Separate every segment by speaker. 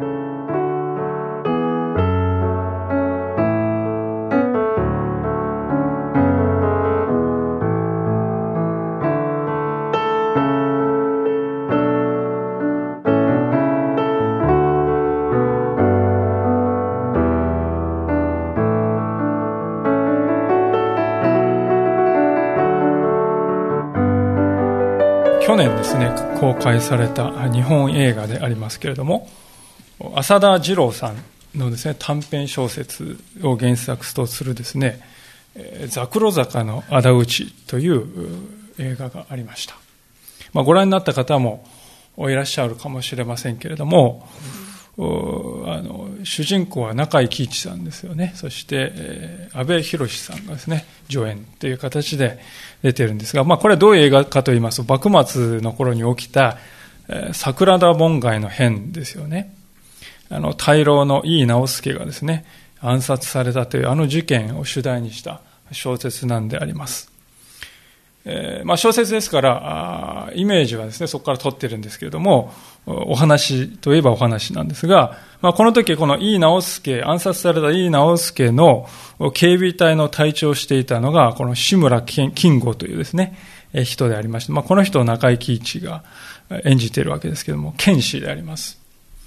Speaker 1: 去年ですね、公開された日本映画でありますけれども、浅田次郎さんのですね、短編小説を原作とするですね、ザクロ坂の仇討ちという映画がありました。ご覧になった方もいらっしゃるかもしれませんけれども、主人公は中井貴一さんですよね。そして、阿部寛さんがですね、助演という形で出ているんですが、これはどういう映画かと言いますと、幕末の頃に起きた、桜田門外の変ですよね。大老の井伊直弼がですね、暗殺されたという事件を主題にした小説なんであります。小説ですからイメージはですね、そこから取ってるんですけれども、お話といえばお話なんですが、この時この井伊直弼、暗殺された井伊直弼の警備隊の隊長をしていたのがこの志村金吾というですね、人でありまして、この人を中井貴一が演じているわけですけれども、剣士であります。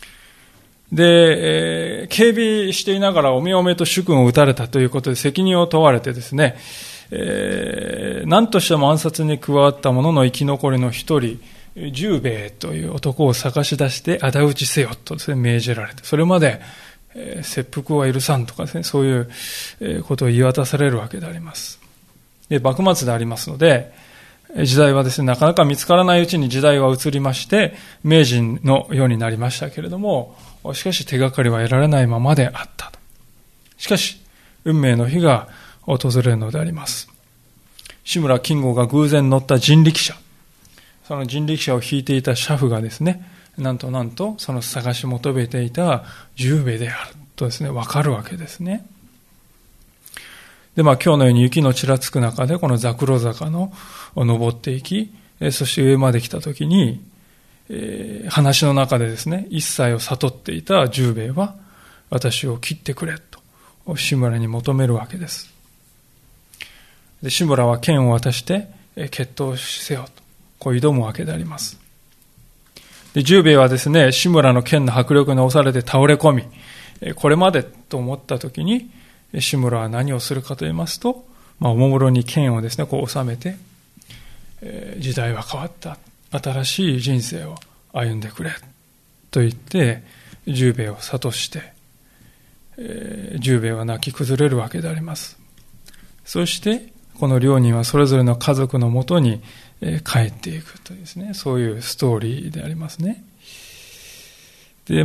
Speaker 1: で、警備していながらおめおめと主君を撃たれたということで責任を問われてですね、何としても暗殺に加わった者の生き残りの一人、十兵衛という男を探し出して仇討ちせよとですね、命じられて、それまで、切腹は許さんとかですね、そういうことを言い渡されるわけであります。で、幕末でありますので、時代はですね、なかなか見つからないうちに時代は移りまして、明治のようになりましたけれども、しかし手がかりは得られないままであったと。しかし、運命の日が訪れるのであります。志村金吾が偶然乗った人力車、その人力車を引いていた車夫がですね、なんとその探し求めていた十兵衛であるとですね、わかるわけですね。で、今日のように雪のちらつく中でこのザクロ坂を登っていき、そして上まで来たときに、話の中でですね、一切を悟っていた十兵衛は私を切ってくれと志村に求めるわけです。で、志村は剣を渡して決闘せよとこう挑むわけであります。で、十兵衛はですね、志村の剣の迫力に押されて倒れ込み、これまでと思ったときに志村は何をするかと言いますと、おもむろに剣をですね、こう収めて、時代は変わった。新しい人生を歩んでくれ。と言って、十兵衛を諭して、十兵衛は泣き崩れるわけであります。そして、この両人はそれぞれの家族のもとに帰っていくというですね、そういうストーリーでありますね。で、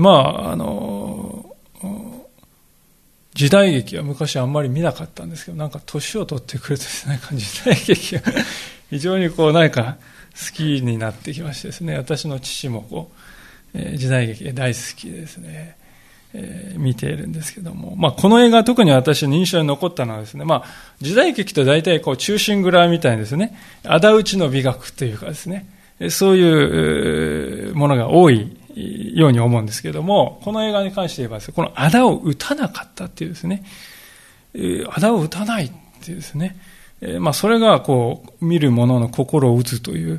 Speaker 1: 時代劇は昔あんまり見なかったんですけど、なんか年を取ってくるとですね、時代劇が非常に好きになってきましてですね、私の父も時代劇大好きでですね、見ているんですけども、この映画特に私の印象に残ったのはですね、時代劇と大体忠臣蔵みたいにですね、仇討ちの美学というかですね、そういうものが多いように思うんですけども、この映画に関して言えばですね、この仇を討たなかったっていうですね、仇を討たないっていうですね、それが見る者の心を打つという、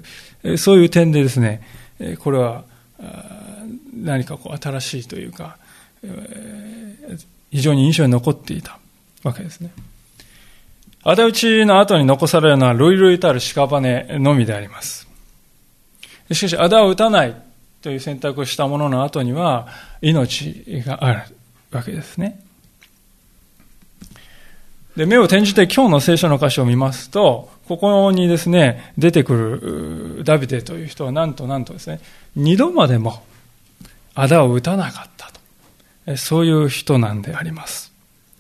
Speaker 1: そういう点でですね、これは何か新しいというか、非常に印象に残っていたわけですね。仇討ちの後に残されるのは累々たる屍のみであります。しかし仇を討たないという選択をした者の後には命があるわけですね。で、目を転じて今日の聖書の箇所を見ますと、ここにですね、出てくるダビデという人はなんとですね、2度までも仇を討たなかったと。そういう人なんであります。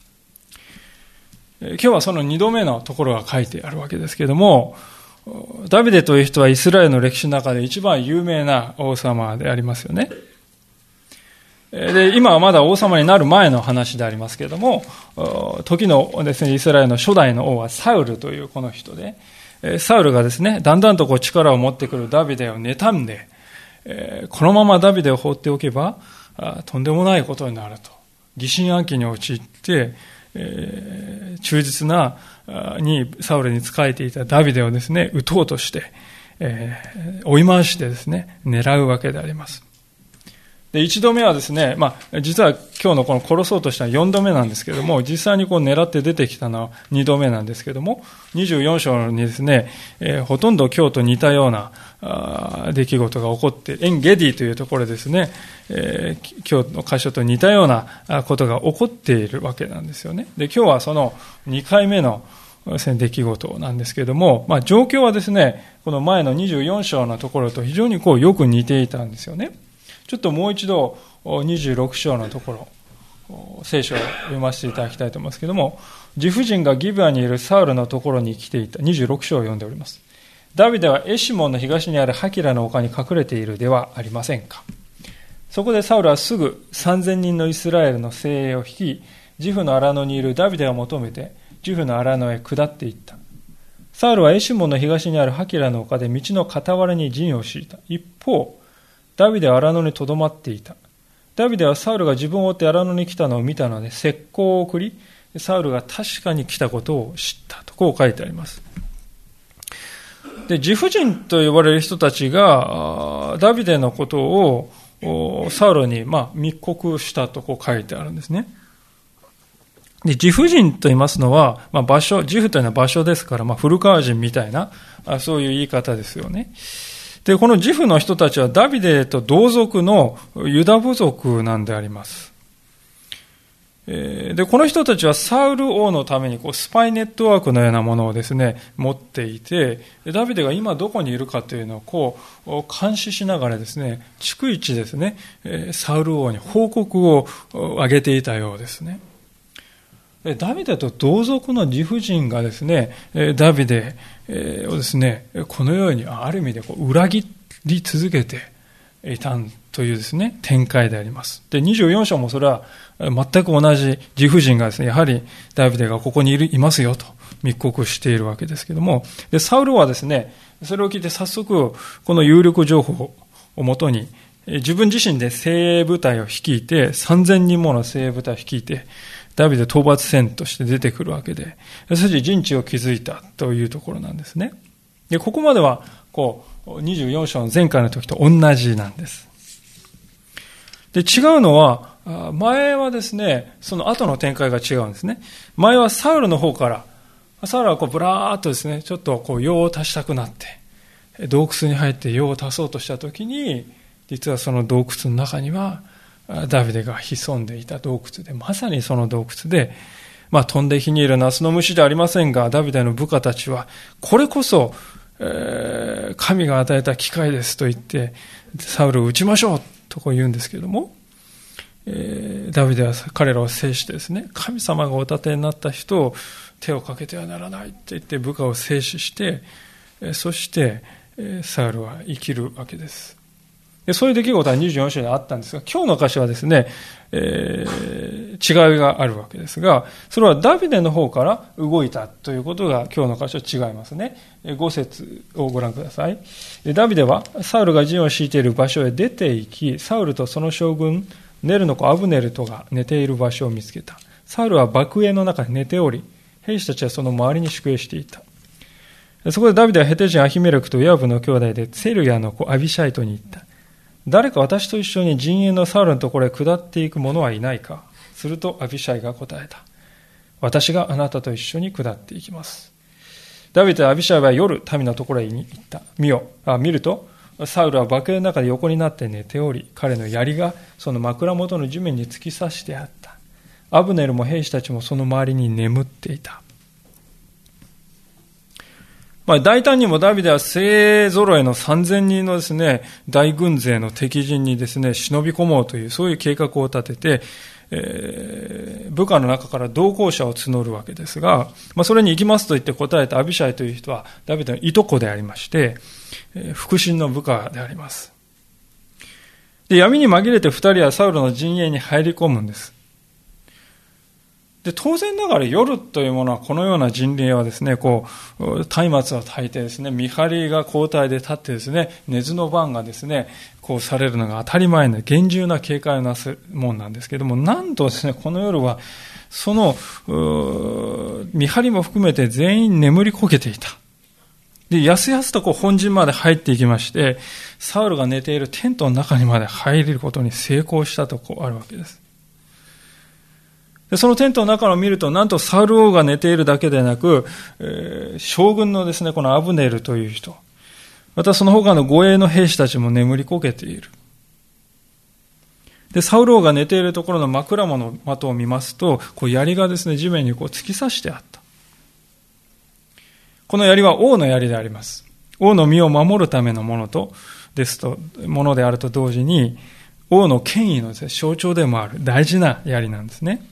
Speaker 1: 今日はその2度目のところが書いてあるわけですけれども、ダビデという人はイスラエルの歴史の中で一番有名な王様でありますよね。で、今はまだ王様になる前の話でありますけれども、時のですね、イスラエルの初代の王はサウルというこの人で、サウルがですね、だんだんと力を持ってくるダビデを妬んで、このままダビデを放っておけば、 とんでもないことになると。疑心暗鬼に陥って、忠実なにサウルに仕えていたダビデをですね、撃とうとして、追い回してですね、狙うわけであります。で、一度目はですね、実は今日のこの殺そうとした4度目なんですけれども、実際にこう狙って出てきたのは2度目なんですけれども、24章にですね、ほとんど今日と似たような出来事が起こって、エンゲディというところですね、今日の箇所と似たようなことが起こっているわけなんですよね。で、今日はその2回目の出来事なんですけれども、状況はですね、この前の24章のところと非常にこうよく似ていたんですよね。ちょっともう一度26章のところ、聖書を読ませていただきたいと思いますけれども、自婦人がギブアにいるサウルのところに来ていた26章を読んでおります。ダビデはエシモンの東にあるハキラの丘に隠れているではありませんか。そこでサウルはすぐ3000人のイスラエルの精鋭を率い、ジフの荒野にいるダビデを求めてジフの荒野へ下っていった。サウルはエシモンの東にあるハキラの丘で道の傍らに陣を敷いた。一方、ダビデは荒野にとどまっていた。ダビデはサウルが自分を追って荒野に来たのを見たので、石膏を送り、サウルが確かに来たことを知ったと、こう書いてあります。で、自婦人と呼ばれる人たちが、ダビデのことをサウルに密告したとこう書いてあるんですね。で、自婦人と言いますのは、場所、自婦というのは場所ですから、古川人みたいな、そういう言い方ですよね。で、この自婦の人たちはダビデと同族のユダ部族なんであります。で、この人たちはサウル王のためにスパイネットワークのようなものをですね、持っていて、ダビデが今どこにいるかというのを監視しながらですね、逐一ですね、サウル王に報告を上げていたようですね。ダビデと同族の自婦人がですね、ダビデをですね、このようにある意味で裏切り続けていたというですね、展開であります。で、24章もそれは全く同じ自婦人がですね、やはりダビデがここにいますよと密告しているわけですけども、で、サウルはですね、それを聞いて早速この有力情報をもとに、自分自身で精鋭部隊を率いて、3000人もの精鋭部隊を率いて、ダビデ討伐戦として出てくるわけで、そして陣地を築いたというところなんですね。で、ここまでは、24章の前回の時と同じなんです。で、違うのは、前はですね、その後の展開が違うんですね。前はサウルの方から、サウルはブラーっとですね、ちょっと用を足したくなって、洞窟に入って用を足そうとした時に、実はその洞窟の中には、ダビデが潜んでいた洞窟で、まさにその洞窟で、飛んで火に入る夏の虫ではありませんが、ダビデの部下たちは、これこそ、神が与えた機会ですと言って、サウルを撃ちましょうと言うんですけれども、ダビデは彼らを制してですね、神様がお立てになった人を手をかけてはならないと言って部下を制止して、そしてサウルは生きるわけです。そういう出来事は24章にあったんですが、今日の箇所はですね、違いがあるわけですが、それはダビデの方から動いたということが今日の箇所違いますね。5節をご覧ください。ダビデはサウルが陣を敷いている場所へ出て行き、サウルとその将軍ネルの子アブネルとが寝ている場所を見つけた。サウルは幕営の中で寝ており、兵士たちはその周りに宿営していた。そこでダビデはヘテ人アヒメレクとヨアブの兄弟でツェルヤの子アビシャイトに言った。誰か私と一緒に陣営のサウルのところへ下っていく者はいないか。するとアビシャイが答えた。私があなたと一緒に下っていきます。ダビデとアビシャイは夜民のところへ行った。見るとサウルは幕営の中で横になって寝ており、彼の槍がその枕元の地面に突き刺してあった。アブネルも兵士たちもその周りに眠っていた。大胆にもダビデは精鋭揃いの3000人のですね、大軍勢の敵陣にですね、忍び込もうという、そういう計画を立てて、部下の中から同行者を募るわけですが、それに行きますと言って答えたアビシャイという人は、ダビデのいとこでありまして、腹心の部下であります。で、闇に紛れて2人はサウルの陣営に入り込むんです。 で、当然ながら夜というものは、このような陣令はですね、松明を焚いてですね、見張りが交代で立ってですね、寝ずの番がですね、されるのが当たり前な、厳重な警戒をなすもんなんですけれども、なんとですね、この夜は、その、見張りも含めて全員眠りこけていた。で、やすやすと本陣まで入っていきまして、サウルが寝ているテントの中にまで入れることに成功したとあるわけです。で、そのテントの中を見ると、なんとサウル王が寝ているだけでなく、将軍のですね、このアブネルという人、またその他の護衛の兵士たちも眠りこけている。で、サウル王が寝ているところの枕の的を見ますと、槍がですね、地面に突き刺してあった。この槍は王の槍であります。王の身を守るためのものものであると同時に、王の権威のですね、象徴でもある大事な槍なんですね。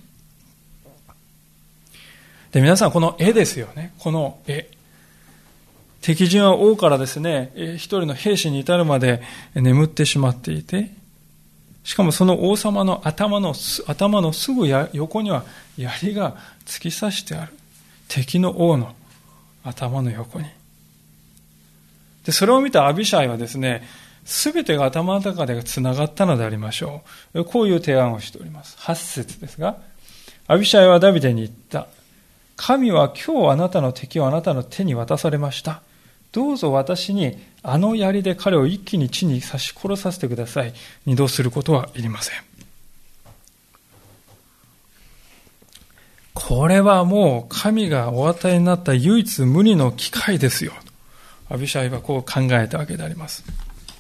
Speaker 1: で、皆さんこの絵ですよね。この絵。敵陣は王からですね、一人の兵士に至るまで眠ってしまっていて、しかもその王様の頭のすぐ横には槍が突き刺してある。敵の王の頭の横に。で、それを見たアビシャイはですね、すべてが頭の中でつながったのでありましょう。こういう提案をしております。8節ですが、アビシャイはダビデに言った。神は今日あなたの敵をあなたの手に渡されました。どうぞ私にあの槍で彼を一気に地に刺し殺させてください。二度することはいりません。これはもう神がお与えになった唯一無二の機会ですよ。アビシャイはこう考えたわけであります。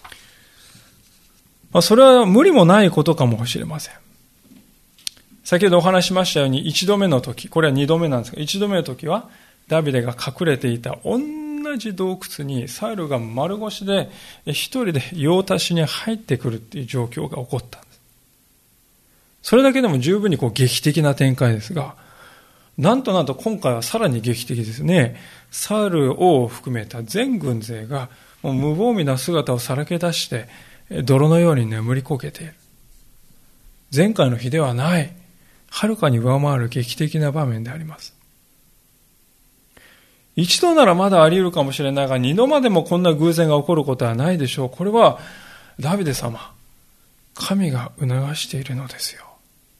Speaker 1: それは無理もないことかもしれません。先ほどお話ししましたように一度目の時、これは二度目なんですが、一度目の時はダビデが隠れていた同じ洞窟にサウルが丸腰で一人で用足しに入ってくるっていう状況が起こったんです。それだけでも十分に劇的な展開ですが、なんと今回はさらに劇的ですね。サウル王を含めた全軍勢がもう無防備な姿をさらけ出して泥のように眠りこけている。前回の日ではない、はるかに上回る劇的な場面であります。一度ならまだあり得るかもしれないが、二度までもこんな偶然が起こることはないでしょう。これはダビデ様、神が促しているのですよ。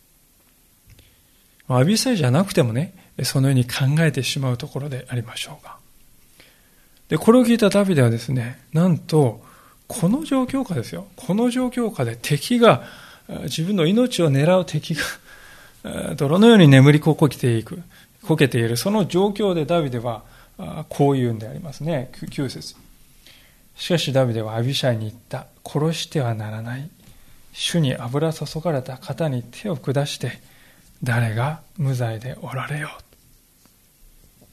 Speaker 1: アビサイじゃなくてもね、そのように考えてしまうところでありましょうが。で、これを聞いたダビデはですね、なんと、この状況下ですよ。この状況下で敵が、自分の命を狙う敵が、泥のように眠りこけている、その状況でダビデは、こう言うんでありますね。9節。しかしダビデはアビシャイに言った。殺してはならない。主に油注がれた方に手を下して、誰が無罪でおられよう。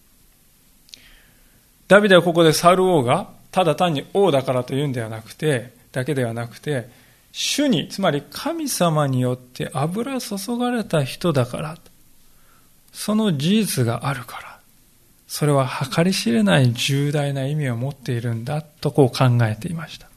Speaker 1: ダビデはここでサウル王がただ単に王だからというんではなくて、主に、つまり神様によって油注がれた人だから、その事実があるから、それは計り知れない重大な意味を持っているんだと考えていました。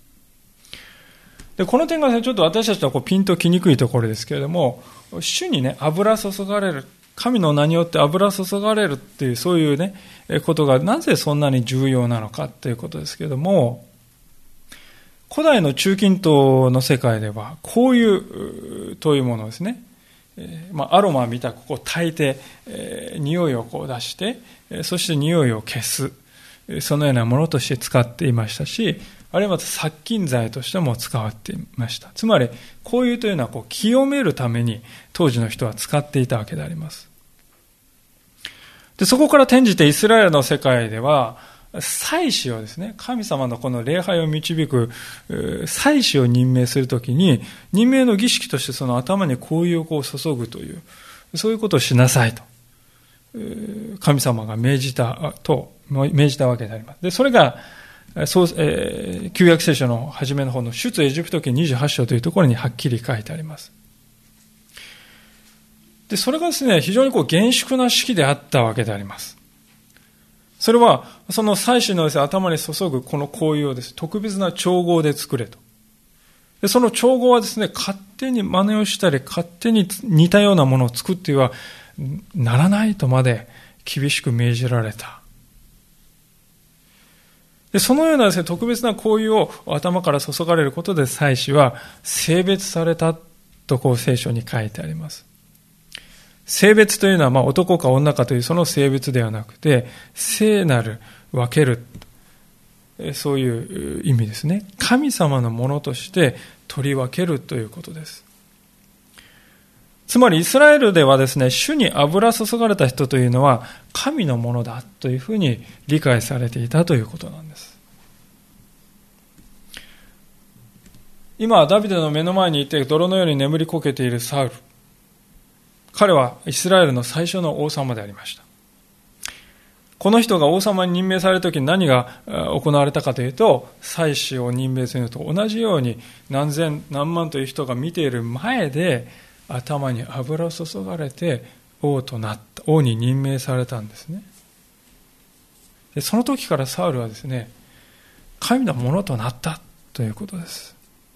Speaker 1: で、この点がちょっと私たちはピンときにくいところですけれども、主にね、油注がれる、神の名によって油注がれるっていう、そういうね、ことがなぜそんなに重要なのかということですけれども、古代の中近東の世界では、こういうというものですね。アロマみたく焚いて、匂いを出して、そして匂いを消す。そのようなものとして使っていましたし、あるいは殺菌剤としても使われていました。つまり、こういうというのは清めるために当時の人は使っていたわけであります。で、そこから転じてイスラエルの世界では、祭司をですね、神様のこの礼拝を導く祭司を任命するときに、任命の儀式としてその頭に香油を注ぐという、そういうことをしなさいと、神様が命じたわけであります。で、それが、旧約聖書の初めの方の出エジプト記28章というところにはっきり書いてあります。で、それがですね、非常に厳粛な式であったわけであります。それは、その祭司のですね、頭に注ぐこの香油をですね、特別な調合で作れと。で、その調合はですね、勝手に真似をしたり、勝手に似たようなものを作ってはならないとまで厳しく命じられた。でそのようなですね、特別な行為を頭から注がれることで祭司は聖別されたと聖書に書いてあります。聖別というのは男か女かというその性別ではなくて、聖なる分ける、そういう意味ですね。神様のものとして取り分けるということです。つまりイスラエルではですね、主に油注がれた人というのは神のものだというふうに理解されていたということなんです。今ダビデの目の前にいて泥のように眠りこけているサウル。彼はイスラエルの最初の王様でありました。この人が王様に任命されるときに何が行われたかというと、祭司を任命するのと同じように何千何万という人が見ている前で頭に油を注がれて王となった、王に任命されたんですね。でその時からサウルはですね、神のものとなったということです。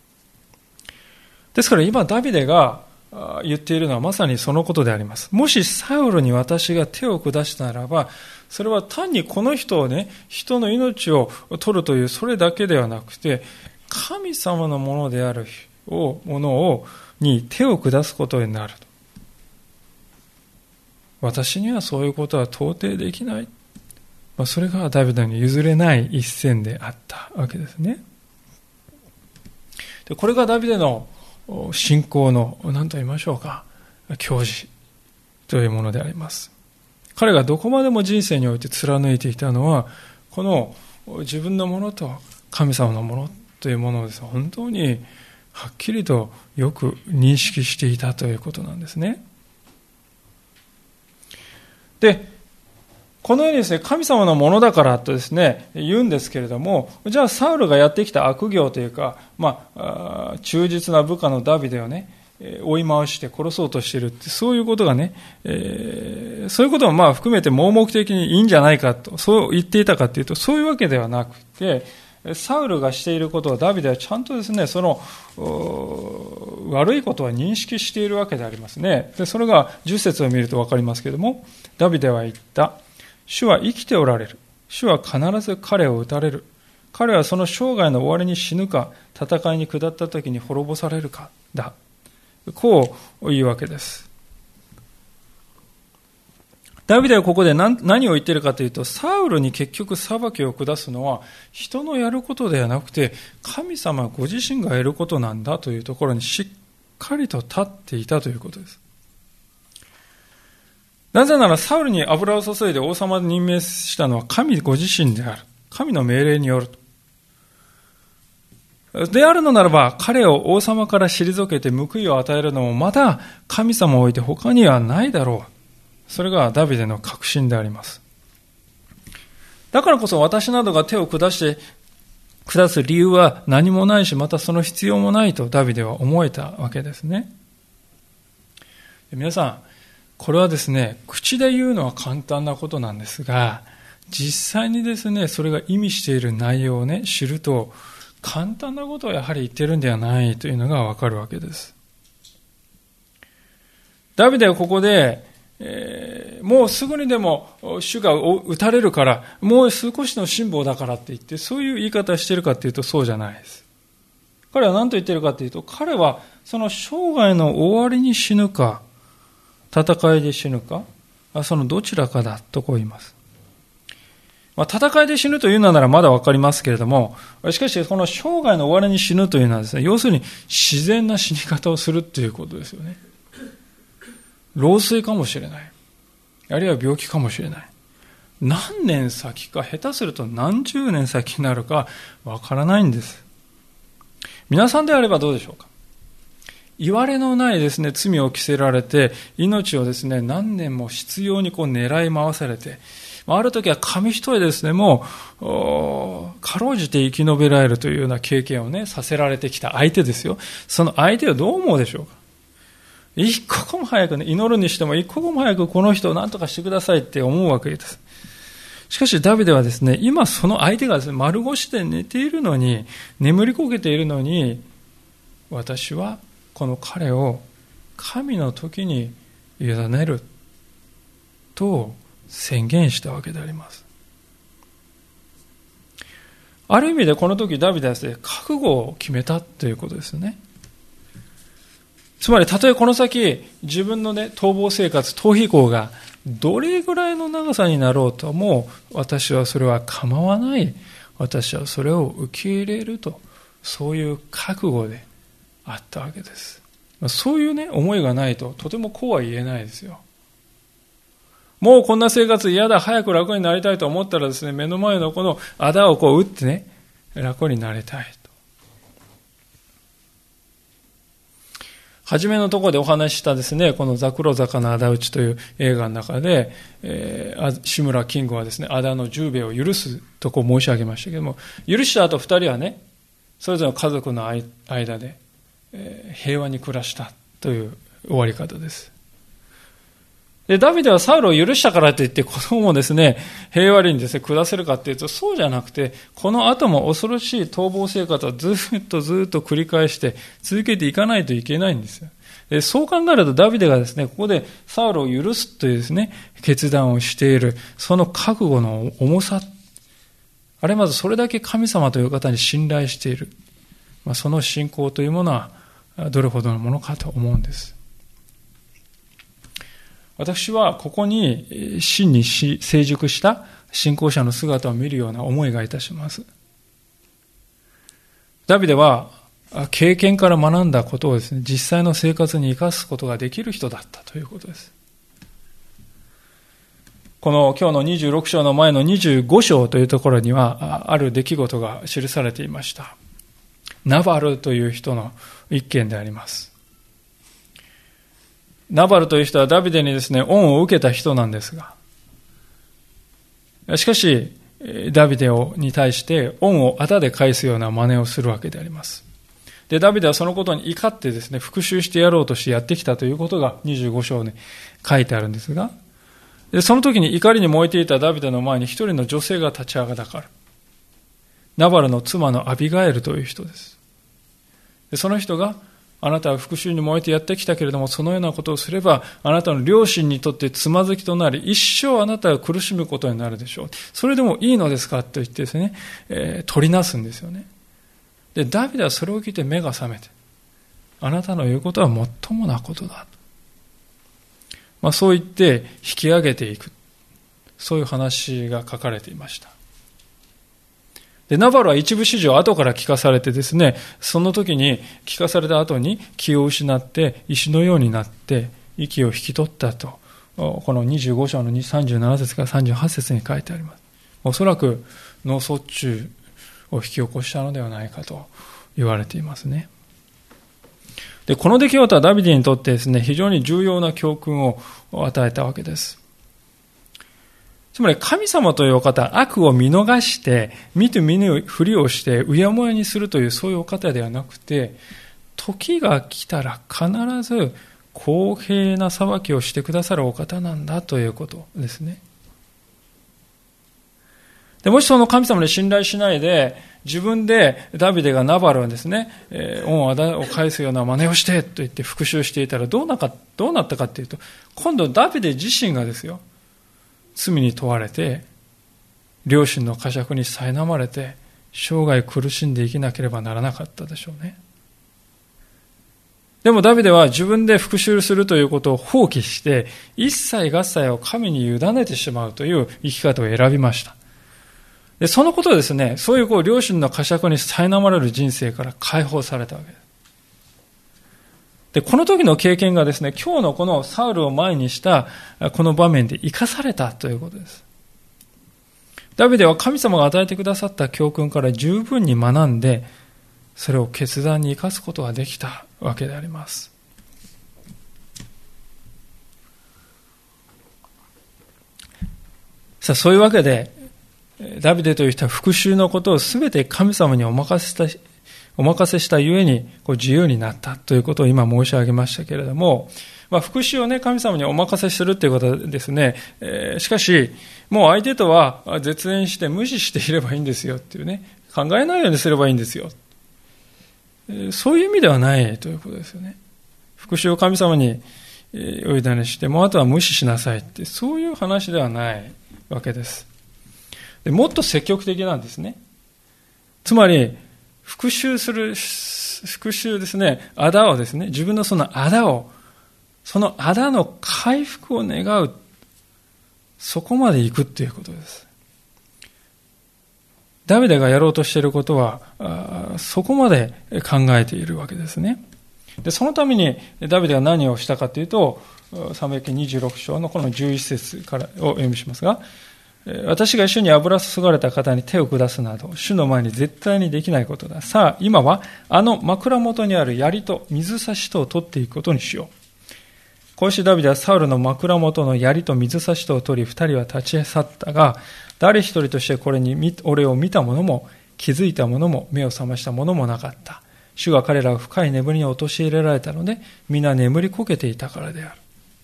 Speaker 1: ですから今ダビデが言っているのはまさにそのことであります。もしサウルに私が手を下したならば、それは単にこの人をね、人の命を取るというそれだけではなくて、神様のものであるものに手を下すことになると。私にはそういうことは到底できない。それがダビデに譲れない一線であったわけですね。でこれがダビデの信仰の何と言いましょうか、教示というものであります。彼がどこまでも人生において貫いていたのは、この自分のものと神様のものというものをですね、本当にはっきりとよく認識していたということなんですね。でこのようにですね、神様のものだからとですね、言うんですけれども、じゃあサウルがやってきた悪行というか、忠実な部下のダビデをね、追い回して殺そうとしているって、そういうことがね、そういうことも含めて盲目的にいいんじゃないかと、そう言っていたかというと、そういうわけではなくて、サウルがしていることをダビデはちゃんとですね、その悪いことは認識しているわけでありますね。でそれが10節を見ると分かりますけれども、ダビデは言った。主は生きておられる。主は必ず彼を撃たれる。彼はその生涯の終わりに死ぬか、戦いに下った時に滅ぼされるかだ。こう言うわけです。ダビデはここで何を言っているかというと、サウルに結局裁きを下すのは人のやることではなくて、神様ご自身がやることなんだというところにしっかりと立っていたということです。なぜならサウルに油を注いで王様に任命したのは神ご自身である。神の命令によると。であるのならば、彼を王様から退けて報いを与えるのもまた神様を置いて他にはないだろう。それがダビデの確信であります。だからこそ私などが手を下す理由は何もないし、またその必要もないとダビデは思えたわけですね。皆さん、これはですね、口で言うのは簡単なことなんですが、実際にですね、それが意味している内容をね、知ると、簡単なことをやはり言ってるんではないというのがわかるわけです。ダビデはここで、もうすぐにでも主が撃たれるから、もう少しの辛抱だからって言って、そういう言い方をしているかというとそうじゃないです。彼は何と言っているかというと、彼はその生涯の終わりに死ぬか、戦いで死ぬか、そのどちらかだとこう言います。戦いで死ぬというのならまだわかりますけれども、しかしこの生涯の終わりに死ぬというのはですね、要するに自然な死に方をするということですよね。老衰かもしれない。あるいは病気かもしれない。何年先か、下手すると何十年先になるかわからないんです。皆さんであればどうでしょうか。言われのないですね、罪を着せられて、命をですね、何年も執拗に狙い回されて、ある時は紙一重ですね、もう、かろうじて生き延びられるというような経験をね、させられてきた相手ですよ。その相手をどう思うでしょうか。一刻も早くね、祈るにしても一刻も早くこの人を何とかしてくださいって思うわけです。しかしダビデはですね、今その相手がですね、丸腰で寝ているのに、眠りこけているのに、私はこの彼を神の時に委ねることを宣言したわけであります。ある意味でこの時ダビデはですね、覚悟を決めたということですね。つまり、たとえこの先、自分のね、逃亡生活、逃避行がどれぐらいの長さになろうとも、私はそれは構わない。私はそれを受け入れると、そういう覚悟であったわけです。そういうね、思いがないと、とてもこうは言えないですよ。もうこんな生活嫌だ、早く楽になりたいと思ったらですね、目の前のこのあだをこう打ってね、楽になりたいと。初めのところでお話ししたですね、このザクロ坂の仇討ちという映画の中で、志村キングはですね、仇の十兵衛を許すとこう申し上げましたけども、許した後二人はね、それぞれの家族の間で、平和に暮らしたという終わり方です。で、ダビデはサウルを許したからといって子供もですね、平和にですね、下せるかっていうと、そうじゃなくて、この後も恐ろしい逃亡生活をずっと繰り返して続けていかないといけないんですよ。で、そう考えるとダビデがですね、ここでサウルを許すというですね、決断をしている、その覚悟の重さ、あれまずそれだけ神様という方に信頼している。その信仰というものはどれほどのものかと思うんです。私はここに真に成熟した信仰者の姿を見るような思いがいたします。ダビデは経験から学んだことをですね、実際の生活に生かすことができる人だったということです。この今日の26章の前の25章というところにはある出来事が記されていました。ナバルという人の一件であります。ナバルという人はダビデにですね、恩を受けた人なんですが、しかし、ダビデに対して恩を仇で返すような真似をするわけであります。で、ダビデはそのことに怒ってですね、復讐してやろうとしてやってきたということが25章に書いてあるんですが、でその時に怒りに燃えていたダビデの前に一人の女性が立ち上がる。ナバルの妻のアビガエルという人です。でその人が、あなたは復讐に燃えてやってきたけれども、そのようなことをすれば、あなたの両親にとってつまずきとなり、一生あなたは苦しむことになるでしょう。それでもいいのですかと言ってですね、取りなすんですよね。で、ダビデはそれを聞いて目が覚めて、あなたの言うことはもっともなことだ。そう言って引き上げていく。そういう話が書かれていました。で、ナバルは一部始終後から聞かされてですね、その時に聞かされた後に気を失って石のようになって息を引き取ったと、この25章の37節から38節に書いてあります。おそらく脳卒中を引き起こしたのではないかと言われていますね。で、この出来事はダビデにとってですね、非常に重要な教訓を与えたわけです。つまり神様というお方、悪を見逃して、見て見ぬふりをして、うやむやにするというそういうお方ではなくて、時が来たら必ず公平な裁きをしてくださるお方なんだということですね。でもしその神様に信頼しないで、自分でダビデがナバルをですね、恩を返すような真似をしてと言って復讐していたらどうなったかというと、今度ダビデ自身がですよ、罪に問われて、良心の呵責に苛まれて、生涯苦しんで生きなければならなかったでしょうね。でもダビデは自分で復讐するということを放棄して、一切合切を神に委ねてしまうという生き方を選びました。で、そのことでですね、そういう良心の呵責に苛まれる人生から解放されたわけです。で、この時の経験がですね、今日のこのサウルを前にしたこの場面で生かされたということです。ダビデは神様が与えてくださった教訓から十分に学んで、それを決断に生かすことができたわけであります。さあ、そういうわけで、ダビデという人は復讐のことをすべて神様にお任せしたゆえに自由になったということを今申し上げましたけれども、復讐をね、神様にお任せするということですね、しかし、もう相手とは絶縁して無視していればいいんですよっていうね、考えないようにすればいいんですよ。そういう意味ではないということですよね。復讐を神様にお委ねして、もうあとは無視しなさいって、そういう話ではないわけです。でもっと積極的なんですね。つまり、復讐ですね、仇をですね、自分のその仇の回復を願う、そこまで行くっていうことです。ダビデがやろうとしていることは、そこまで考えているわけですね。で、そのためにダビデが何をしたかというと、サムエル記26章のこの11節からを読みしますが、私が主に油注がれた方に手を下すなど、主の前に絶対にできないことだ。さあ、今はあの枕元にある槍と水差しとを取っていくことにしよう。こうしてダビデはサウルの枕元の槍と水差しとを取り、二人は立ち去ったが、誰一人として俺を見た者も、気づいた者も、目を覚ました者もなかった。主が彼らを深い眠りに陥れられたので、皆眠りこけていたからである。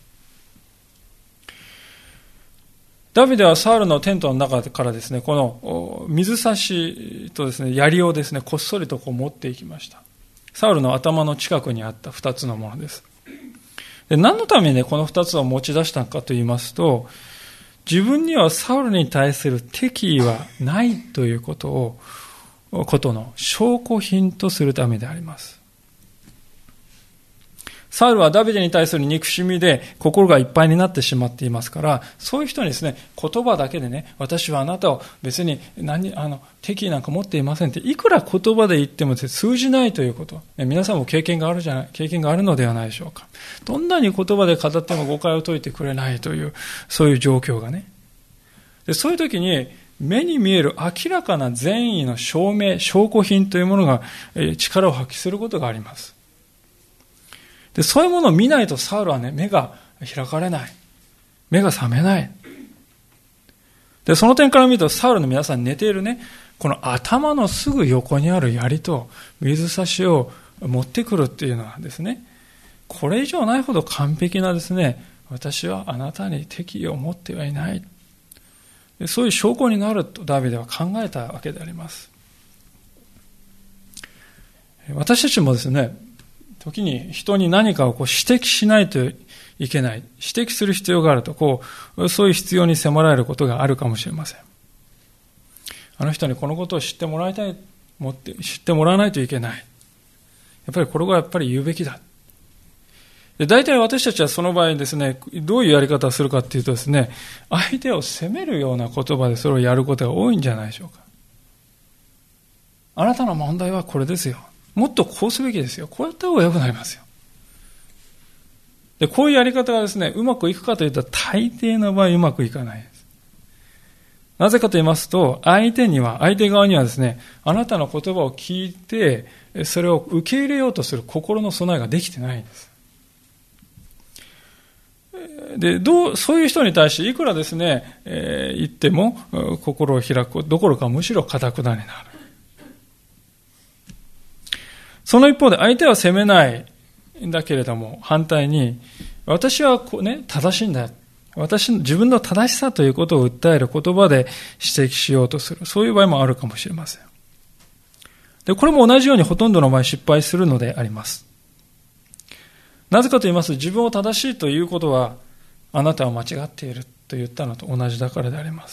Speaker 1: ダビデはサウルのテントの中からですね、この水差しとですね、槍をですね、こっそりと持っていきました。サウルの頭の近くにあった二つのものです。で、何のためにこの二つを持ち出したのかと言いますと、自分にはサウルに対する敵意はないということの証拠品とするためであります。サウルはダビデに対する憎しみで心がいっぱいになってしまっていますから、そういう人にですね、言葉だけでね、私はあなたを別に敵意なんか持っていませんって、いくら言葉で言っても通じないということ。皆さんも経験があるのではないでしょうか。どんなに言葉で語っても誤解を解いてくれないという、そういう状況がね。で、そういう時に、目に見える明らかな善意の証拠品というものが力を発揮することがあります。で、そういうものを見ないとサウルはね、目が開かれない。目が覚めない。で、その点から見ると、サウルの皆さん寝ているね、この頭のすぐ横にある槍と水差しを持ってくるっていうのはですね、これ以上ないほど完璧なですね、私はあなたに敵意を持ってはいない。そういう証拠になるとダビデは考えたわけであります。私たちもですね、時に人に何かを指摘しないといけない、指摘する必要があると、そういう必要に迫られることがあるかもしれません。あの人にこのことを知ってもらわないといけない。やっぱりこれが言うべきだ。で、大体私たちはその場合ですね、どういうやり方をするかっていうとですね、相手を責めるような言葉でそれをやることが多いんじゃないでしょうか。あなたの問題はこれですよ。もっとこうすべきですよ。こうやった方が良くなりますよ。で、こういうやり方がですね、うまくいくかといったら大抵の場合うまくいかないです。なぜかと言いますと、相手側にはですね、あなたの言葉を聞いて、それを受け入れようとする心の備えができてないんです。で、そういう人に対していくらですね、言っても心を開くどころかむしろ堅くなになる。その一方で相手は責めないんだけれども、反対に私は正しいんだ。自分の正しさということを訴える言葉で指摘しようとする。そういう場合もあるかもしれません。で、これも同じようにほとんどの場合失敗するのであります。なぜかと言いますと、自分を正しいということは、あなたは間違っていると言ったのと同じだからであります。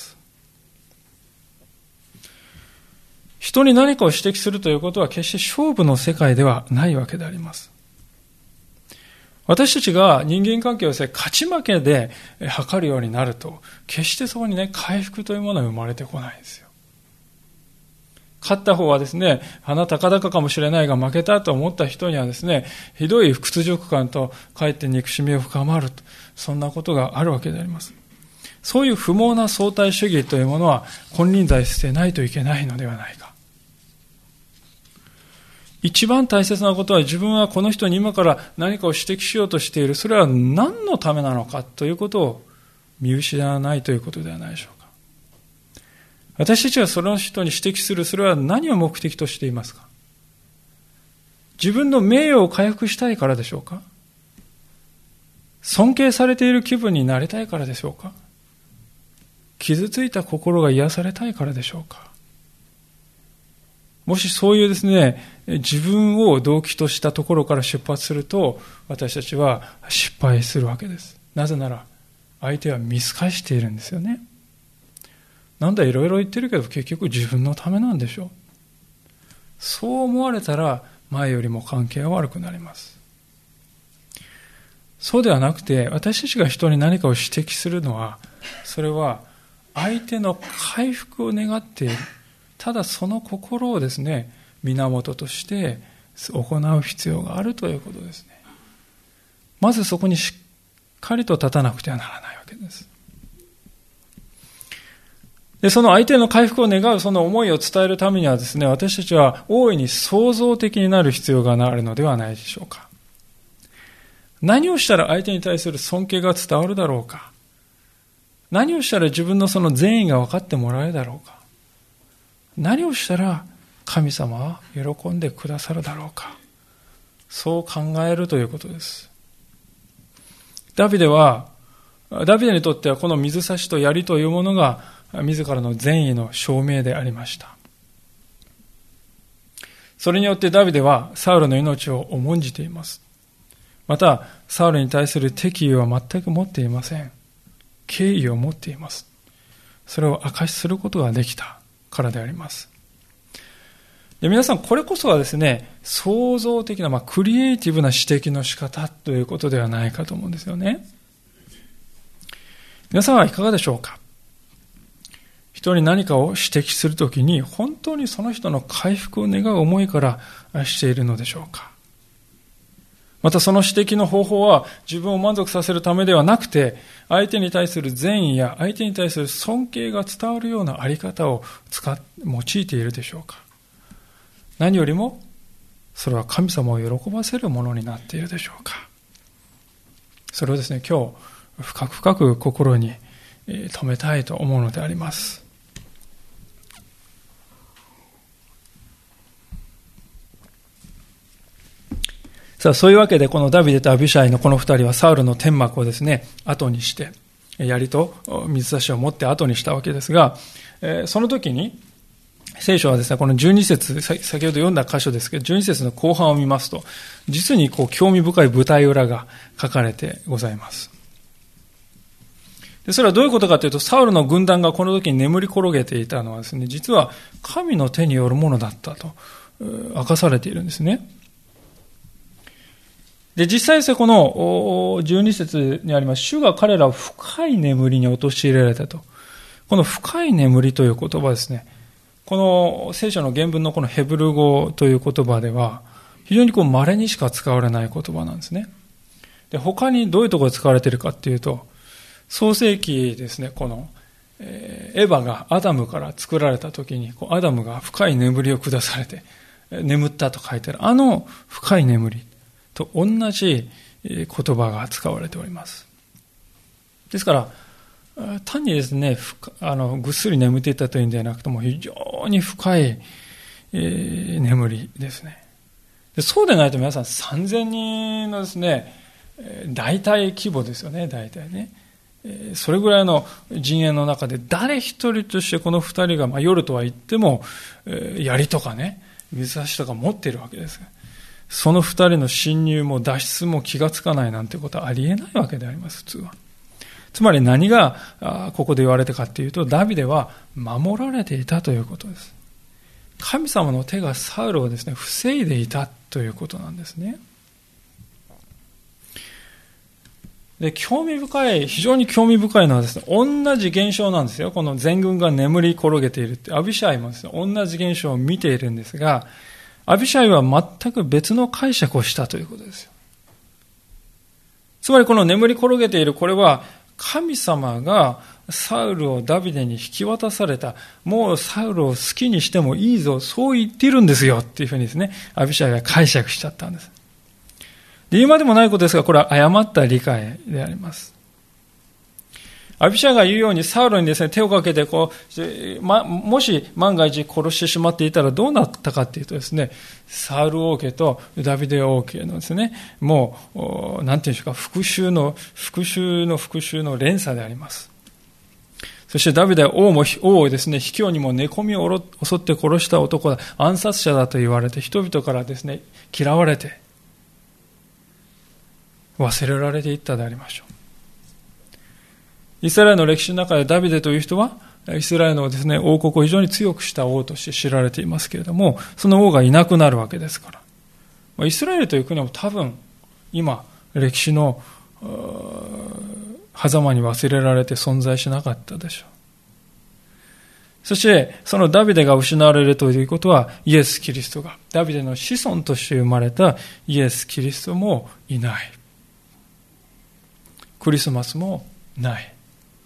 Speaker 1: 人に何かを指摘するということは決して勝負の世界ではないわけであります。私たちが人間関係を勝ち負けで測るようになると、決してそこに回復というものは生まれてこないんですよ。勝った方はですね、鼻高々かもしれないが負けたと思った人にはですね、ひどい屈辱感とかえって憎しみを深まると、そんなことがあるわけであります。そういう不毛な相対主義というものは金輪際捨てないといけないのではないか。一番大切なことは、自分はこの人に今から何かを指摘しようとしている。それは何のためなのかということを見失わないということではないでしょうか。私たちはその人に指摘する、それは何を目的としていますか。自分の名誉を回復したいからでしょうか。尊敬されている気分になりたいからでしょうか。傷ついた心が癒されたいからでしょうか。 もしそういうですね、自分を動機としたところから出発すると、私たちは失敗するわけです。なぜなら、相手は見透かしているんですよね。なんだいろいろ言ってるけど、結局自分のためなんでしょう。そう思われたら、前よりも関係は悪くなります。そうではなくて、私たちが人に何かを指摘するのは、それは相手の回復を願っている。ただその心をですね、源として行う必要があるということですね。まずそこにしっかりと立たなくてはならないわけです。で、その相手の回復を願うその思いを伝えるためにはですね、私たちは大いに創造的になる必要があるのではないでしょうか。何をしたら相手に対する尊敬が伝わるだろうか。何をしたら自分のその善意が分かってもらえるだろうか。何をしたら神様は喜んでくださるだろうか。そう考えるということです。ダビデにとってはこの水差しと槍というものが自らの善意の証明でありました。それによってダビデはサウルの命を重んじています。また、サウルに対する敵意は全く持っていません。敬意を持っています。それを証しすることができたからであります。で、皆さん、これこそはですね、創造的な、クリエイティブな指摘の仕方ということではないかと思うんですよね。皆さんはいかがでしょうか。人に何かを指摘するときに、本当にその人の回復を願う思いからしているのでしょうか。またその指摘の方法は自分を満足させるためではなくて、相手に対する善意や相手に対する尊敬が伝わるようなあり方を用いているでしょうか。何よりも、それは神様を喜ばせるものになっているでしょうか。それをですね、今日、深く深く心に留めたいと思うのであります。さあ、そういうわけで、このダビデとアビシャイのこの二人はサウルの天幕をですね、後にして、槍と水差しを持って後にしたわけですが、その時に、聖書はですね、この12節、先ほど読んだ箇所ですけど、12節の後半を見ますと、実に興味深い舞台裏が書かれてございます。で、それはどういうことかというと、サウルの軍団がこの時に眠り転げていたのはですね、実は神の手によるものだったと明かされているんですね。で、実際ですね、この12節にあります、主が彼らを深い眠りに陥れられたと。この深い眠りという言葉ですね、この聖書の原文のこのヘブル語という言葉では、非常に稀にしか使われない言葉なんですね。で、他にどういうところで使われているかっていうと、創世記ですね、この、エヴァがアダムから作られた時に、アダムが深い眠りを下されて、眠ったと書いてある、あの深い眠りと同じ言葉が使われております。ですから、単にですね、ぐっすり眠っていたというんではなくても、非常に深い、眠りですね。で、そうでないと皆さん3000人のですね、大体規模ですよね、大体ね。それぐらいの陣営の中で誰一人としてこの二人が、夜とは言っても、槍とかね、水差しとか持っているわけです。その二人の侵入も脱出も気がつかないなんてことはありえないわけであります、普通は。つまり何がここで言われたかというと、ダビデは守られていたということです。神様の手がサウルをですね、防いでいたということなんですね。で、非常に興味深いのはですね、同じ現象なんですよ。この全軍が眠り転げているって、アビシャイもですね、同じ現象を見ているんですが、アビシャイは全く別の解釈をしたということですよ。つまりこの眠り転げている、これは神様がサウルをダビデに引き渡された、もうサウルを好きにしてもいいぞ、そう言っているんですよっていうふうにですね、アビシャイが解釈しちゃったんです。で、今でもないことですが、これは誤った理解であります。アビシャイが言うようにサウルにですね、手をかけてもし万が一殺してしまっていたらどうなったかというとですね、サウル王家とダビデ王家のですね、もう、なんていうんでしょうか、復讐の連鎖であります。そそしてダビデは王をですね、卑怯にも寝込みを襲って殺した男だ、暗殺者だと言われて、人々からですね、嫌われて、忘れられていったでありましょう。イスラエルの歴史の中でダビデという人は、イスラエルのですね、王国を非常に強くした王として知られていますけれども、その王がいなくなるわけですから。イスラエルという国も多分、今、歴史の狭間に忘れられて存在しなかったでしょう。そして、そのダビデが失われるということは、イエス・キリストが、ダビデの子孫として生まれたイエス・キリストもいない。クリスマスもない。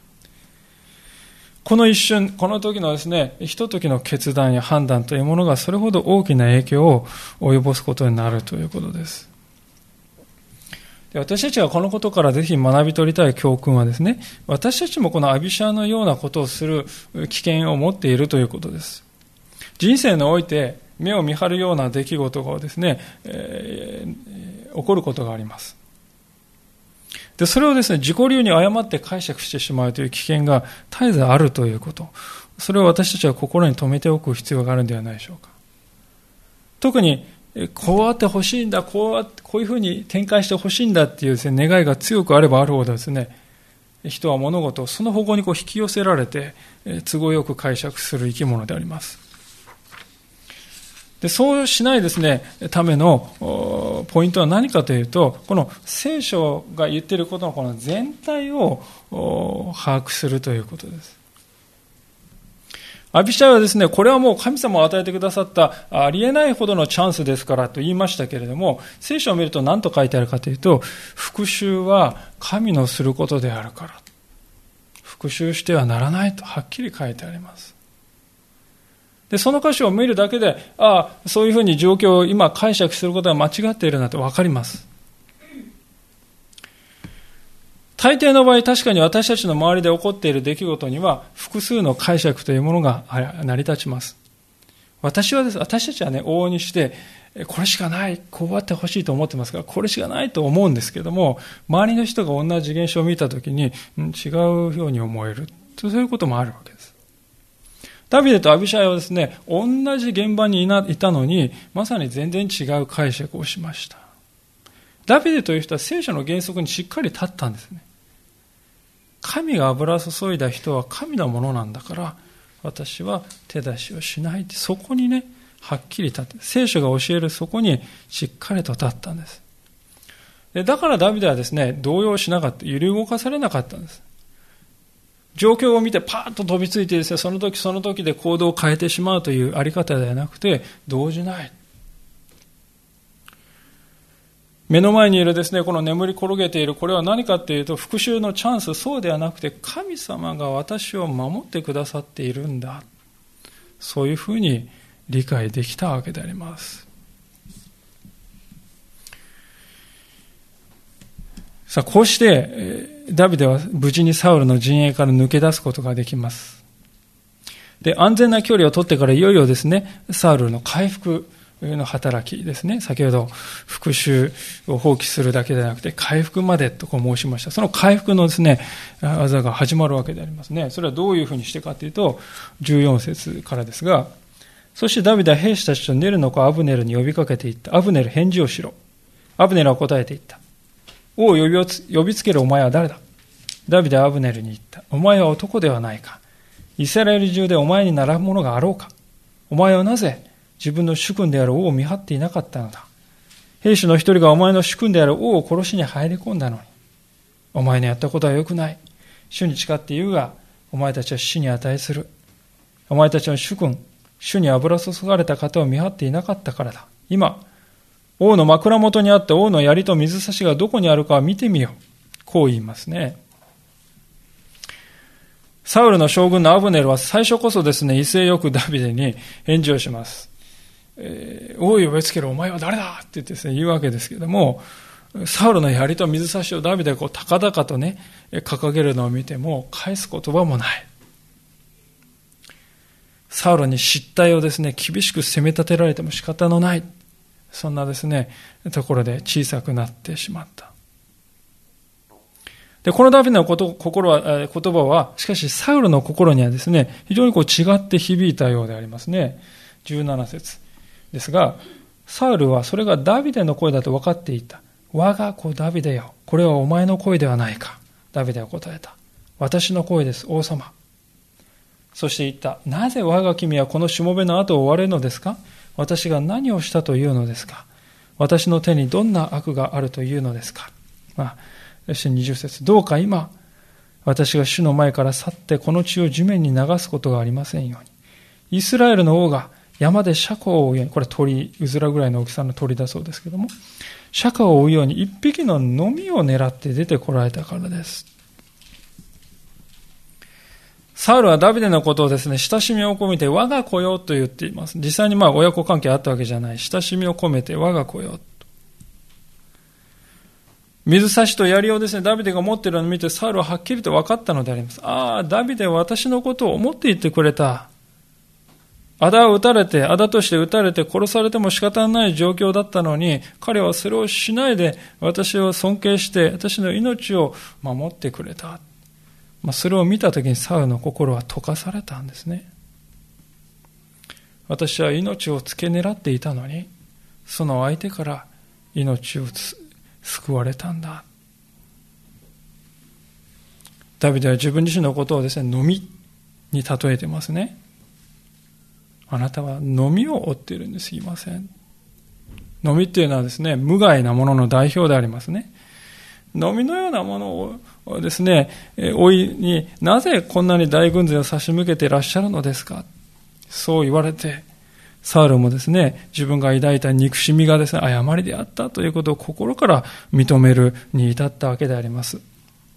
Speaker 1: この一瞬、この時のですね、ひとときの決断や判断というものがそれほど大きな影響を及ぼすことになるということです。で、私たちがこのことからぜひ学び取りたい教訓はですね、私たちもこのアビシャのようなことをする危険を持っているということです。人生において目を見張るような出来事がですね、起こることがあります。で、それをですね、自己流に誤って解釈してしまうという危険が絶えずあるということ。それを私たちは心に留めておく必要があるのではないでしょうか。特に、こうあってほしいんだ、こういうふうに展開してほしいんだっていうですね、願いが強くあればあるほどですね、人は物事をその方向に引き寄せられて、都合よく解釈する生き物であります。で、そうしないですね、ためのポイントは何かというと、この聖書が言っていることのこの全体を把握するということです。アビシャイはですね、これはもう神様を与えてくださったありえないほどのチャンスですからと言いましたけれども、聖書を見ると何と書いてあるかというと、復讐は神のすることであるから、復讐してはならないとはっきり書いてあります。で、その箇所を見るだけで、そういうふうに状況を今解釈することは間違っているなと分かります。大抵の場合、確かに私たちの周りで起こっている出来事には複数の解釈というものが成り立ちます。私たちはね、往々にして、これしかない、こうあってほしいと思ってますから、これしかないと思うんですけども、周りの人が同じ現象を見たときに、違うように思える。そういうこともあるわけです。ダビデとアビシャイはですね、同じ現場にいたのに、まさに全然違う解釈をしました。ダビデという人は聖書の原則にしっかり立ったんですね。神が油を注いだ人は神のものなんだから、私は手出しをしないって、そこにね、はっきり立って、聖書が教えるそこにしっかりと立ったんです。で、だからダビデはですね、動揺しなかった、揺り動かされなかったんです。状況を見てパーッと飛びついてですね、その時その時で行動を変えてしまうというあり方ではなくて、動じない。目の前にいるですね、この眠り転げている、これは何かというと、復讐のチャンス、そうではなくて、神様が私を守ってくださっているんだ。そういうふうに理解できたわけであります。さあ、こうして、ダビデは無事にサウルの陣営から抜け出すことができます。で、安全な距離を取ってからいよいよですね、サウルの回復の働きですね。先ほど復讐を放棄するだけではなくて回復までと申しました。その回復のですね、技が始まるわけでありますね。それはどういうふうにしてかというと、14節からですが、そしてダビデは兵士たちとネルの子アブネルに呼びかけていった。アブネル、返事をしろ。アブネルは答えていった。王を呼びつけるお前は誰だ？ダビデはアブネルに言った。お前は男ではないか。イスラエル中でお前に並ぶものがあろうか。お前はなぜ自分の主君である王を見張っていなかったのだ。兵士の一人がお前の主君である王を殺しに入り込んだのに。お前のやったことは良くない。主に誓って言うが、お前たちは死に値する。お前たちの主君、主に油注がれた方を見張っていなかったからだ。今、王の枕元にあって王の槍と水差しがどこにあるかを見てみよう。こう言いますね。サウルの将軍のアブネルは最初こそですね、威勢よくダビデに返事をします。王を呼びつけるお前は誰だって言ってですね、言うわけですけれども、サウルの槍と水差しをダビデが高々とね、掲げるのを見ても返す言葉もない。サウルに失態をですね、厳しく責め立てられても仕方のない。そんなですね、ところで小さくなってしまった。 で、このダビデの言葉は、しかしサウルの心にはですね、非常に違って響いたようでありますね。17節ですが、サウルはそれがダビデの声だと分かっていた。我が子ダビデよ、これはお前の声ではないか。ダビデは答えた。私の声です、王様。そして言った。なぜ我が君はこのしもべの後を追われるのですか？私が何をしたというのですか？私の手にどんな悪があるというのですか？そして20節。どうか今、私が主の前から去ってこの血を地面に流すことがありませんように。イスラエルの王が山でシャコを追うように、これは鳥、うずらぐらいの大きさの鳥だそうですけども、シャカを追うように一匹ののみを狙って出てこられたからです。サウルはダビデのことをですね、親しみを込めて我が子よと言っています。実際に親子関係あったわけじゃない。親しみを込めて我が子よ。水差しと槍をですね、ダビデが持っているのを見てサウルははっきりと分かったのであります。ああ、ダビデは私のことを思っていてくれた。アダとして撃たれて殺されても仕方ない状況だったのに、彼はそれをしないで私を尊敬して私の命を守ってくれた。それを見たときにサウルの心は溶かされたんですね。私は命を付け狙っていたのに、その相手から命を救われたんだ。ダビデは自分自身のことをですね、のみに例えてますね。あなたはのみを追っているんですいません。のみっていうのはですね、無害なものの代表でありますね。のみのようなものをですね、追いになぜこんなに大軍勢を差し向けていらっしゃるのですか。そう言われて、サウルもですね、自分が抱いた憎しみがですね、誤りであったということを心から認めるに至ったわけであります。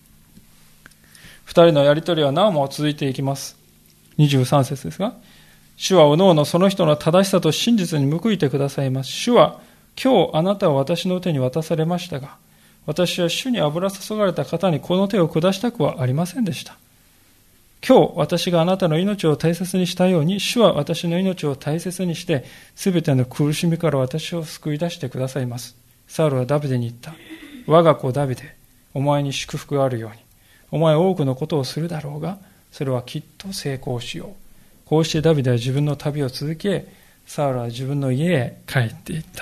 Speaker 1: 二人のやりとりはなおも続いていきます。23節ですが、主はおのおのその人の正しさと真実に報いてくださいます。主は今日あなたを私の手に渡されましたが、私は主に油注がれた方にこの手を下したくはありませんでした。今日私があなたの命を大切にしたように、主は私の命を大切にして、すべての苦しみから私を救い出してくださいます。サウルはダビデに言った。我が子ダビデ、お前に祝福があるように。お前は多くのことをするだろうが、それはきっと成功しよう。こうしてダビデは自分の旅を続け、サウルは自分の家へ帰っていった。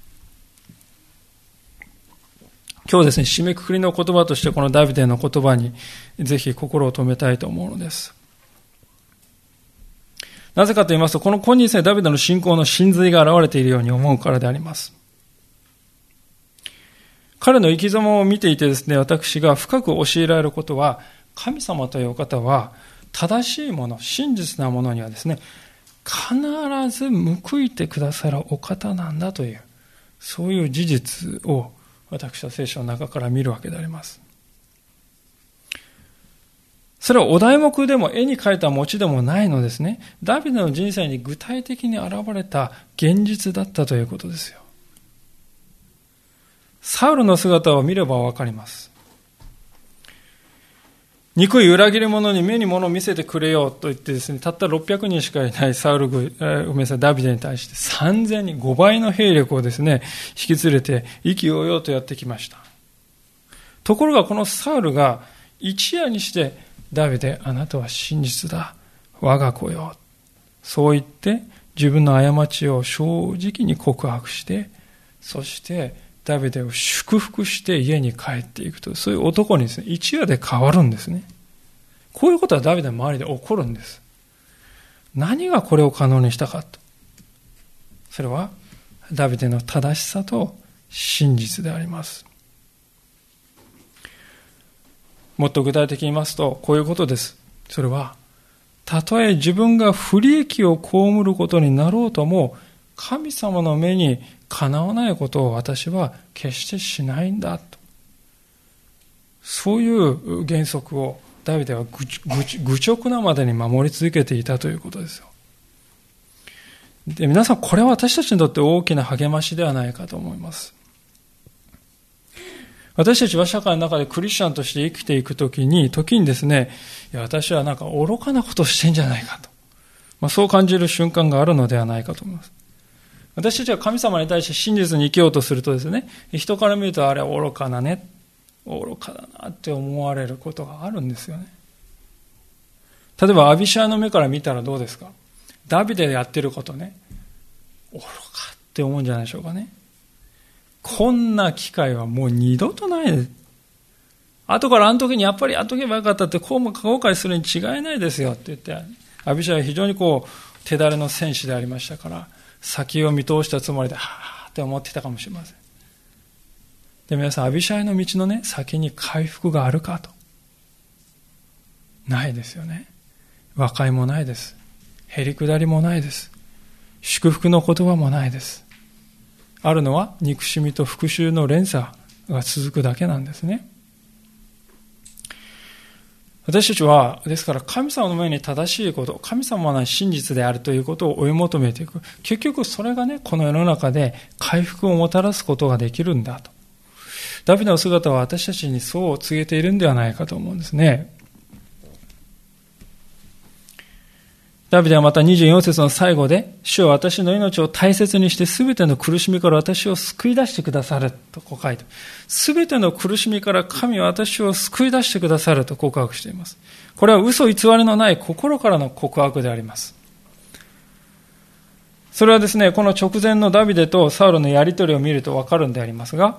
Speaker 1: 今日ですね、締めくくりの言葉としてこのダビデの言葉にぜひ心を留めたいと思うのです。なぜかと言いますと、この今日ですね、ダビデの信仰の真髄が現れているように思うからであります。彼の生き様を見ていてですね、私が深く教えられることは、神様というお方は正しいもの、真実なものにはですね、必ず報いてくださるお方なんだという、そういう事実を私は聖書の中から見るわけであります。それはお題目でも絵に描いた餅でもないのですね。ダビデの人生に具体的に現れた現実だったということですよ。サウルの姿を見ればわかります。憎い裏切り者に目に物を見せてくれようと言ってですね、たった600人しかいないダビデに対して3000人、5倍の兵力をですね、引き連れて意気揚々とやってきました。ところがこのサウルが一夜にしてダビデ、あなたは真実だ、我が子よ。そう言って自分の過ちを正直に告白して、そしてダビデを祝福して家に帰っていくと、そういう男にですね、一夜で変わるんですね。こういうことはダビデの周りで起こるんです。何がこれを可能にしたかと。それはダビデの正しさと真実であります。もっと具体的に言いますと、こういうことです。それは、たとえ自分が不利益を被ることになろうとも、神様の目にかなわないことを私は決してしないんだと。そういう原則をダビデは愚直なまでに守り続けていたということですよ。で、皆さん、これは私たちにとって大きな励ましではないかと思います。私たちは社会の中でクリスチャンとして生きていくときにですね、いや、私はなんか愚かなことをしてんじゃないかと。そう感じる瞬間があるのではないかと思います。私たちは神様に対して真実に生きようとするとですね、人から見るとあれは愚かなね。 愚かだなって思われることがあるんですよね。例えばアビシャイの目から見たらどうですか？ダビデでやってることね、愚かって思うんじゃないでしょうかね。こんな機会はもう二度とないです。後からあの時にやっぱりやっとけばよかったって後悔するに違いないですよって言って、アビシャイは非常に手だれの戦士でありましたから、先を見通したつもりではぁって思ってたかもしれません。で、皆さん、アビシャイの道のね、先に回復があるかと。ないですよね。和解もないです。へりくだりもないです。祝福の言葉もないです。あるのは憎しみと復讐の連鎖が続くだけなんですね。私たちは、ですから神様の前に正しいこと、神様の真実であるということを追い求めていく。結局それがね、この世の中で回復をもたらすことができるんだと。ダビデの姿は私たちにそう告げているんではないかと思うんですね。ダビデはまた24節の最後で、主は私の命を大切にして全ての苦しみから私を救い出してくださると書いてある。全ての苦しみから神は私を救い出してくださると告白しています。これは嘘偽りのない心からの告白であります。それはですね、この直前のダビデとサウルのやり取りを見るとわかるんでありますが、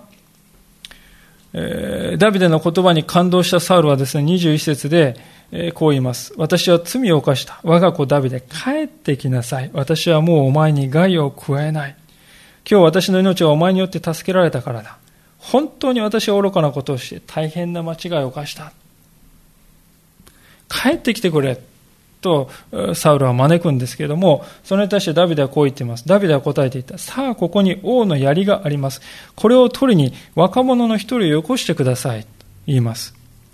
Speaker 1: ダビデの言葉に感動したサウルはですね、21節でこう言います。私は罪を犯した。我が子ダビデ、帰ってきなさい。私はもうお前に害を加えない。今日私の命はお前によって助けられたからだ。本当に私は愚かなことをして大変な間違いを犯した。帰ってきてくれとサウルは招くんですけれども、それに対してダビデはこう言っています。ダビデは答えていた。さあここに王の槍があります。これを取りに若者の一人をよこしてくださいと言います。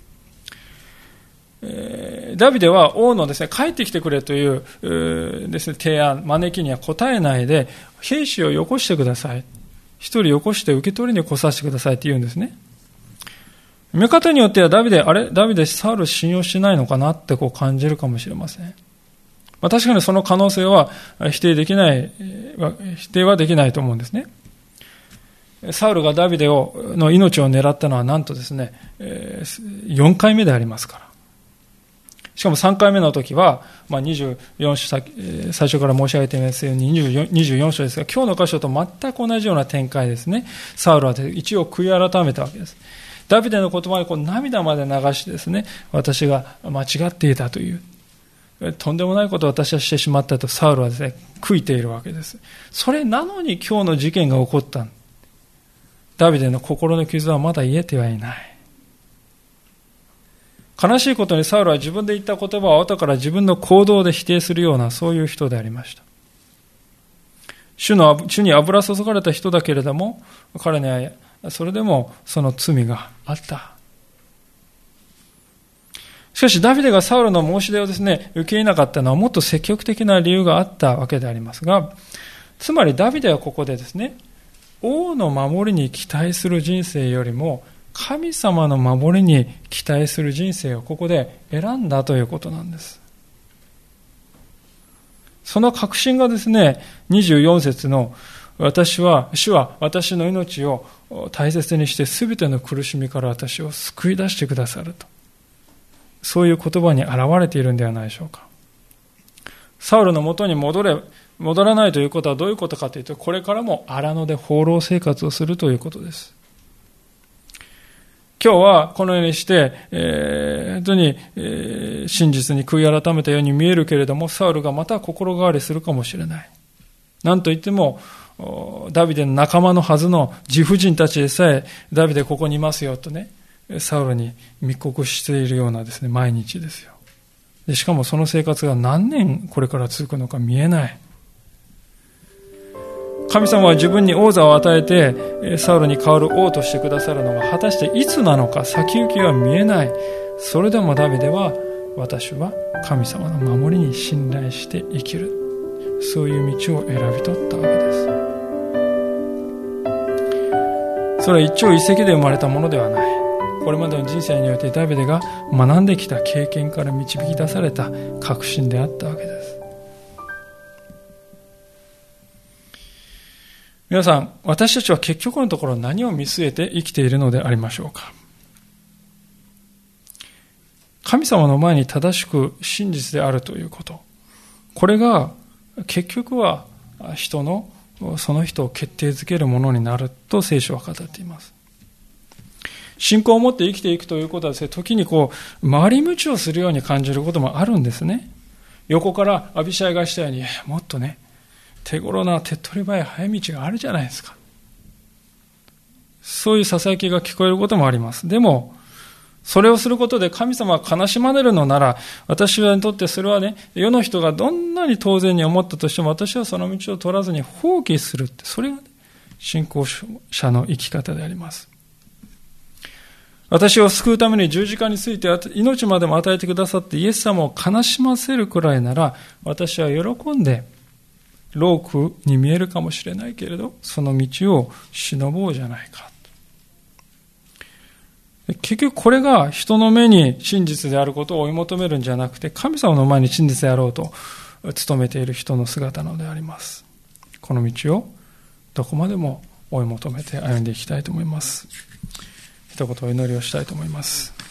Speaker 1: ダビデは王のですね、帰ってきてくれというですね、提案、招きには答えないで、兵士をよこしてください。一人よこして受け取りに来させてくださいって言うんですね。見方によってはダビデサウル信用しないのかなって感じるかもしれません。確かにその可能性は否定はできないと思うんですね。サウルがダビデの命を狙ったのはなんとですね、4回目でありますから。しかも3回目の時は、24章、最初から申し上げていますように24章ですが、今日の箇所と全く同じような展開ですね。サウルは一応悔い改めたわけです。ダビデの言葉で涙まで流してですね、私が間違っていたという、とんでもないことを私はしてしまったとサウルはですね、悔いているわけです。それなのに今日の事件が起こった。ダビデの心の傷はまだ癒えてはいない。悲しいことにサウルは自分で言った言葉を後から自分の行動で否定するようなそういう人でありました。主に油注がれた人だけれども、彼にはそれでもその罪があった。しかしダビデがサウルの申し出をですね、受け入れなかったのはもっと積極的な理由があったわけでありますが、つまりダビデはここでですね、王の守りに期待する人生よりも神様の守りに期待する人生をここで選んだということなんです。その確信がですね、24節の主は私の命を大切にしてすべての苦しみから私を救い出してくださると。そういう言葉に現れているんではないでしょうか。サウルの元に戻らないということはどういうことかというと、これからも荒野で放浪生活をするということです。今日はこのようにして、本当に、真実に悔い改めたように見えるけれども、サウルがまた心変わりするかもしれない。なんといっても、ダビデの仲間のはずの自婦人たちでさえ、ダビデここにいますよとね、サウルに密告しているようなですね、毎日ですよ。でしかもその生活が何年これから続くのか見えない。神様は自分に王座を与えてサウルに代わる王としてくださるのが果たしていつなのか先行きは見えない。それでもダビデは、私は神様の守りに信頼して生きる、そういう道を選び取ったわけです。それは一朝一夕で生まれたものではない。これまでの人生においてダビデが学んできた経験から導き出された確信であったわけです。皆さん、私たちは結局のところ何を見据えて生きているのでありましょうか。 神様の前に正しく真実であるということ。これが結局はその人を決定づけるものになると聖書は語っています。信仰を持って生きていくということはですね、時に回り道をするように感じることもあるんですね。横からアビシャイがしたように、もっとね、手頃な手っ取り早い早道があるじゃないですか。そういう囁きが聞こえることもあります。でも、それをすることで神様が悲しまれるのなら、私にとってそれはね、世の人がどんなに当然に思ったとしても、私はその道を取らずに放棄するって、それが、ね、信仰者の生き方であります。私を救うために十字架について命までも与えてくださってイエス様を悲しませるくらいなら、私は喜んで、労苦に見えるかもしれないけれど、その道を忍ぼうじゃないか。結局これが人の目に真実であることを追い求めるんじゃなくて、神様の前に真実であろうと努めている人の姿なのであります。この道をどこまでも追い求めて歩んでいきたいと思います。一言お祈りをしたいと思います。